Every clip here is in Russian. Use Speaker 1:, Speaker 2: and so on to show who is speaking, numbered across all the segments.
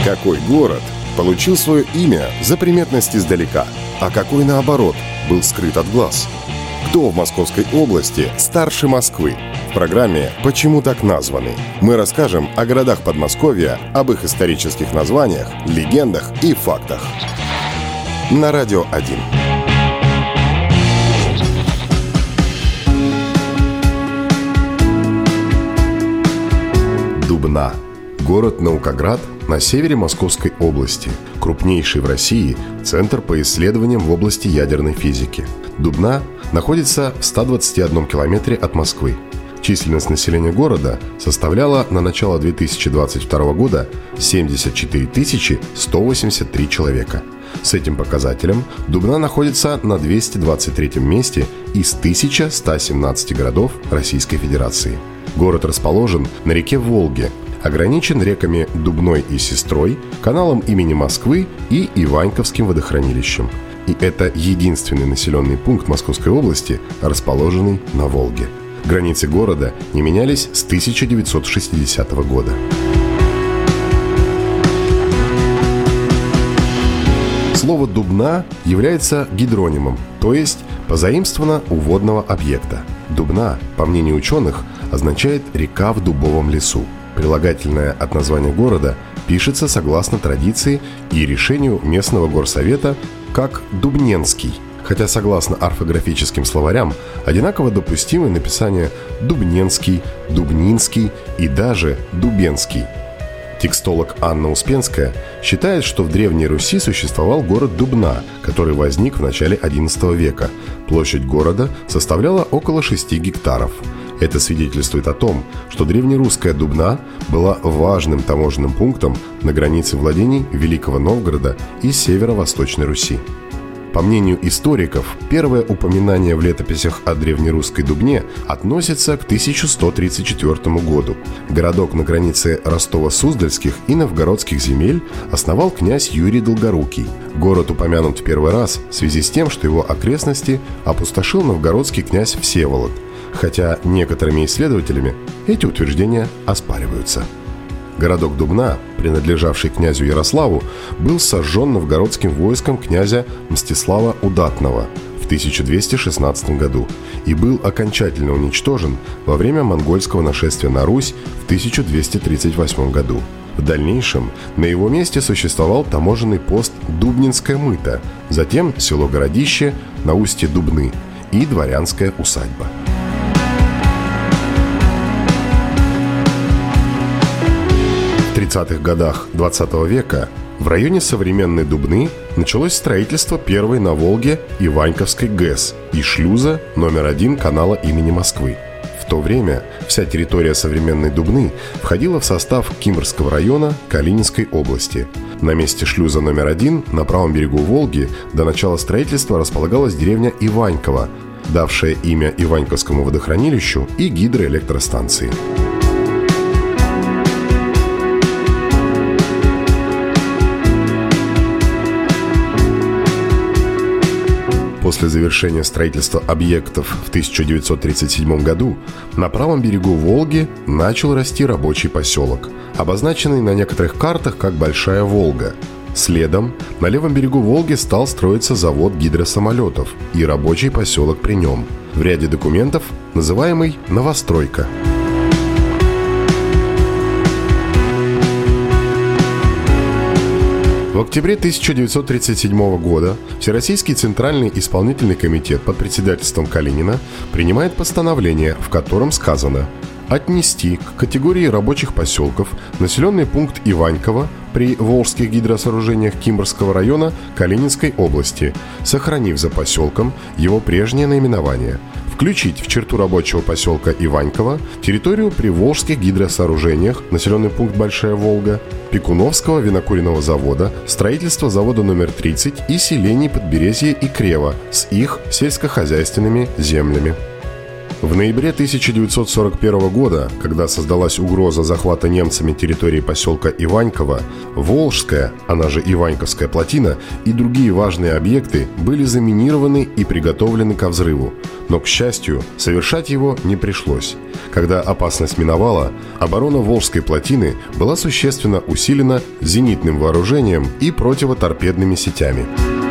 Speaker 1: Какой город получил свое имя за приметность издалека, а какой, наоборот, был скрыт от глаз? Кто в Московской области старше Москвы? В программе «Почему так названы» мы расскажем о городах Подмосковья, об их исторических названиях, легендах и фактах. На Радио 1. Дубна. Город-наукоград на севере Московской области, крупнейший в России центр по исследованиям в области ядерной физики. Дубна находится в 121 километре от Москвы. Численность населения города составляла на начало 2022 года 74 183 человека. С этим показателем Дубна находится на 223 месте из 1117 городов Российской Федерации. Город расположен на реке Волге, ограничен реками Дубной и Сестрой, каналом имени Москвы и Иваньковским водохранилищем. И это единственный населенный пункт Московской области, расположенный на Волге. Границы города не менялись с 1960 года. Слово «Дубна» является гидронимом, то есть позаимствовано у водного объекта. Дубна, по мнению ученых, означает «река в дубовом лесу». Прилагательное от названия города пишется согласно традиции и решению местного горсовета как «Дубненский», хотя согласно орфографическим словарям одинаково допустимы написания «Дубненский», «Дубнинский» и даже «Дубенский». Текстолог Анна Успенская считает, что в Древней Руси существовал город Дубна, который возник в начале XI века. Площадь города составляла около 6 гектаров. Это свидетельствует о том, что древнерусская Дубна была важным таможенным пунктом на границе владений Великого Новгорода и Северо-Восточной Руси. По мнению историков, первое упоминание в летописях о древнерусской Дубне относится к 1134 году. Городок на границе Ростово-Суздальских и Новгородских земель основал князь Юрий Долгорукий. Город упомянут в первый раз в связи с тем, что его окрестности опустошил новгородский князь Всеволод, хотя некоторыми исследователями эти утверждения оспариваются. Городок Дубна, принадлежавший князю Ярославу, был сожжен новгородским войском князя Мстислава Удатного в 1216 году и был окончательно уничтожен во время монгольского нашествия на Русь в 1238 году. В дальнейшем на его месте существовал таможенный пост Дубнинское мыто, затем село Городище на устье Дубны и дворянская усадьба. В 30-х годах XX века в районе современной Дубны началось строительство первой на Волге Иваньковской ГЭС и шлюза номер 1 канала имени Москвы. В то время вся территория современной Дубны входила в состав Кимрского района Калининской области. На месте шлюза номер 1 на правом берегу Волги до начала строительства располагалась деревня Иваньково, давшая имя Иваньковскому водохранилищу и гидроэлектростанции. После завершения строительства объектов в 1937 году на правом берегу Волги начал расти рабочий поселок, обозначенный на некоторых картах как Большая Волга. Следом на левом берегу Волги стал строиться завод гидросамолетов и рабочий поселок при нем, в ряде документов называемый «Новостройка». В октябре 1937 года Всероссийский Центральный исполнительный комитет под председательством Калинина принимает постановление, в котором сказано отнести к категории рабочих поселков населенный пункт Иваньково при Волжских гидросооружениях Кимрского района Калининской области, сохранив за поселком его прежнее наименование, включить в черту рабочего поселка Иваньково территорию при Волжских гидросооружениях, населенный пункт Большая Волга, Пекуновского винокуренного завода, строительство завода номер 30 и селений Подберезье и Крево с их сельскохозяйственными землями. В ноябре 1941 года, когда создалась угроза захвата немцами территории поселка Иваньково, Волжская, она же Иваньковская плотина, и другие важные объекты были заминированы и приготовлены ко взрыву. Но, к счастью, совершать его не пришлось. Когда опасность миновала, оборона Волжской плотины была существенно усилена зенитным вооружением и противоторпедными сетями.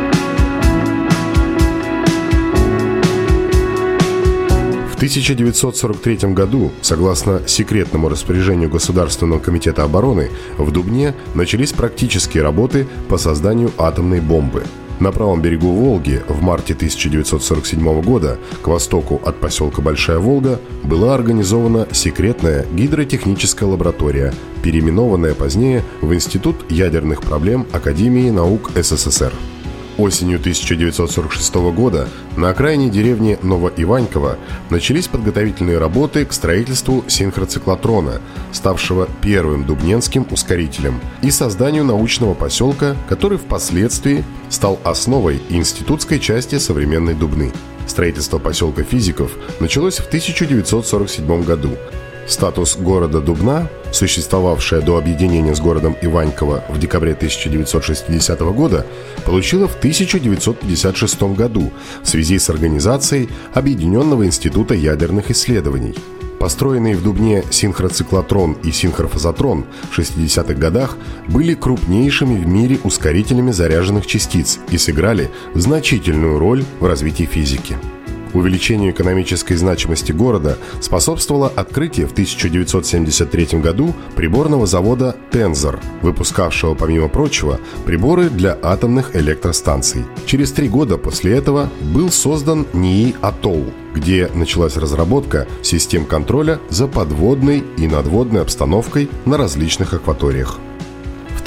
Speaker 1: В 1943 году, согласно секретному распоряжению Государственного комитета обороны, в Дубне начались практические работы по созданию атомной бомбы. На правом берегу Волги в марте 1947 года, к востоку от поселка Большая Волга, была организована секретная гидротехническая лаборатория, переименованная позднее в Институт ядерных проблем Академии наук СССР. Осенью 1946 года на окраине деревни Новоиваньково начались подготовительные работы к строительству синхроциклотрона, ставшего первым дубненским ускорителем, и созданию научного поселка, который впоследствии стал основой институтской части современной Дубны. Строительство поселка физиков началось в 1947 году. Статус города Дубна, существовавшая до объединения с городом Иваньково в декабре 1960 года, получила в 1956 году в связи с организацией Объединенного института ядерных исследований. Построенные в Дубне синхроциклотрон и синхрофазотрон в 60-х годах были крупнейшими в мире ускорителями заряженных частиц и сыграли значительную роль в развитии физики. Увеличению экономической значимости города способствовало открытие в 1973 году приборного завода «Тензор», выпускавшего, помимо прочего, приборы для атомных электростанций. Через 3 года после этого был создан НИИ «Атолл», где началась разработка систем контроля за подводной и надводной обстановкой на различных акваториях. В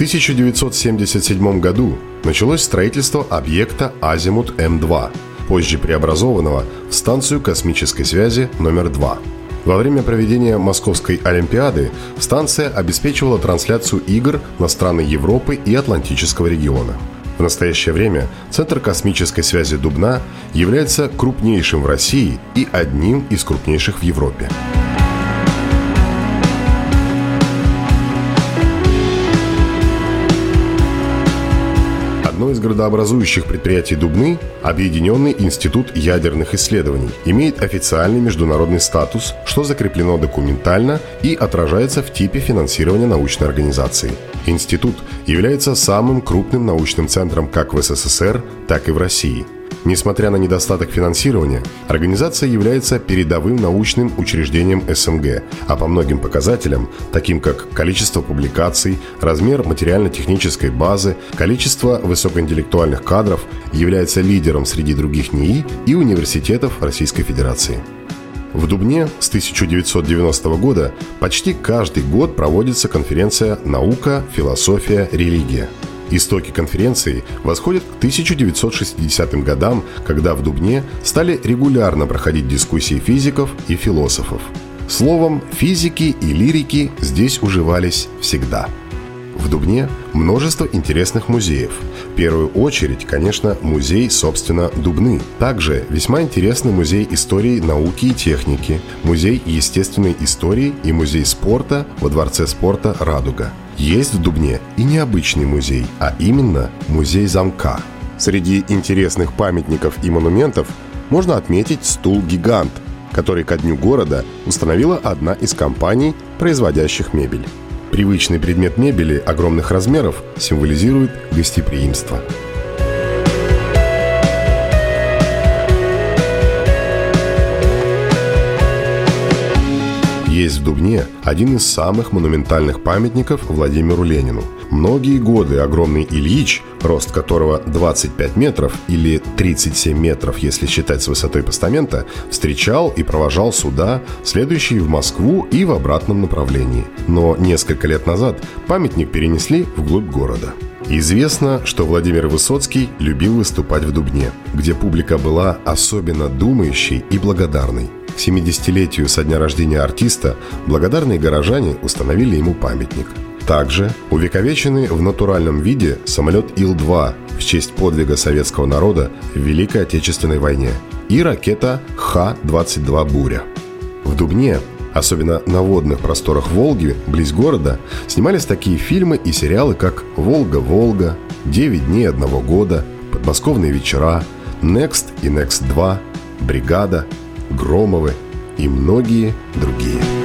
Speaker 1: 1977 году началось строительство объекта «Азимут-М2», позже преобразованного в станцию космической связи номер 2. Во время проведения Московской Олимпиады станция обеспечивала трансляцию игр на страны Европы и Атлантического региона. В настоящее время Центр космической связи Дубна является крупнейшим в России и одним из крупнейших в Европе. Одно из градообразующих предприятий Дубны, Объединенный институт ядерных исследований, имеет официальный международный статус, что закреплено документально и отражается в типе финансирования научной организации. Институт является самым крупным научным центром как в СССР, так и в России. Несмотря на недостаток финансирования, организация является передовым научным учреждением СНГ, а по многим показателям, таким как количество публикаций, размер материально-технической базы, количество высокоинтеллектуальных кадров, является лидером среди других НИИ и университетов Российской Федерации. В Дубне с 1990 года почти каждый год проводится конференция «Наука, философия, религия». Истоки конференции восходят к 1960-м годам, когда в Дубне стали регулярно проходить дискуссии физиков и философов. Словом, физики и лирики здесь уживались всегда. В Дубне множество интересных музеев. В первую очередь, конечно, музей, собственно, Дубны. Также весьма интересный музей истории науки и техники, музей естественной истории и музей спорта во Дворце спорта «Радуга». Есть в Дубне и необычный музей, а именно музей замка. Среди интересных памятников и монументов можно отметить стул-гигант, который ко дню города установила одна из компаний, производящих мебель. Привычный предмет мебели огромных размеров символизирует гостеприимство. Есть в Дубне один из самых монументальных памятников Владимиру Ленину. Многие годы огромный Ильич, рост которого 25 метров или 37 метров, если считать с высотой постамента, встречал и провожал суда, следующие в Москву и в обратном направлении. Но несколько лет назад памятник перенесли вглубь города. Известно, что Владимир Высоцкий любил выступать в Дубне, где публика была особенно думающей и благодарной. К 70-летию со дня рождения артиста благодарные горожане установили ему памятник. Также увековеченный в натуральном виде самолет Ил-2 в честь подвига советского народа в Великой Отечественной войне и ракета Х-22 «Буря». В Дубне, особенно на водных просторах Волги, близ города, снимались такие фильмы и сериалы, как «Волга-Волга», «9 дней одного года», «Подмосковные вечера», «Next» и «Next 2», «Бригада», «Громовы» и многие другие.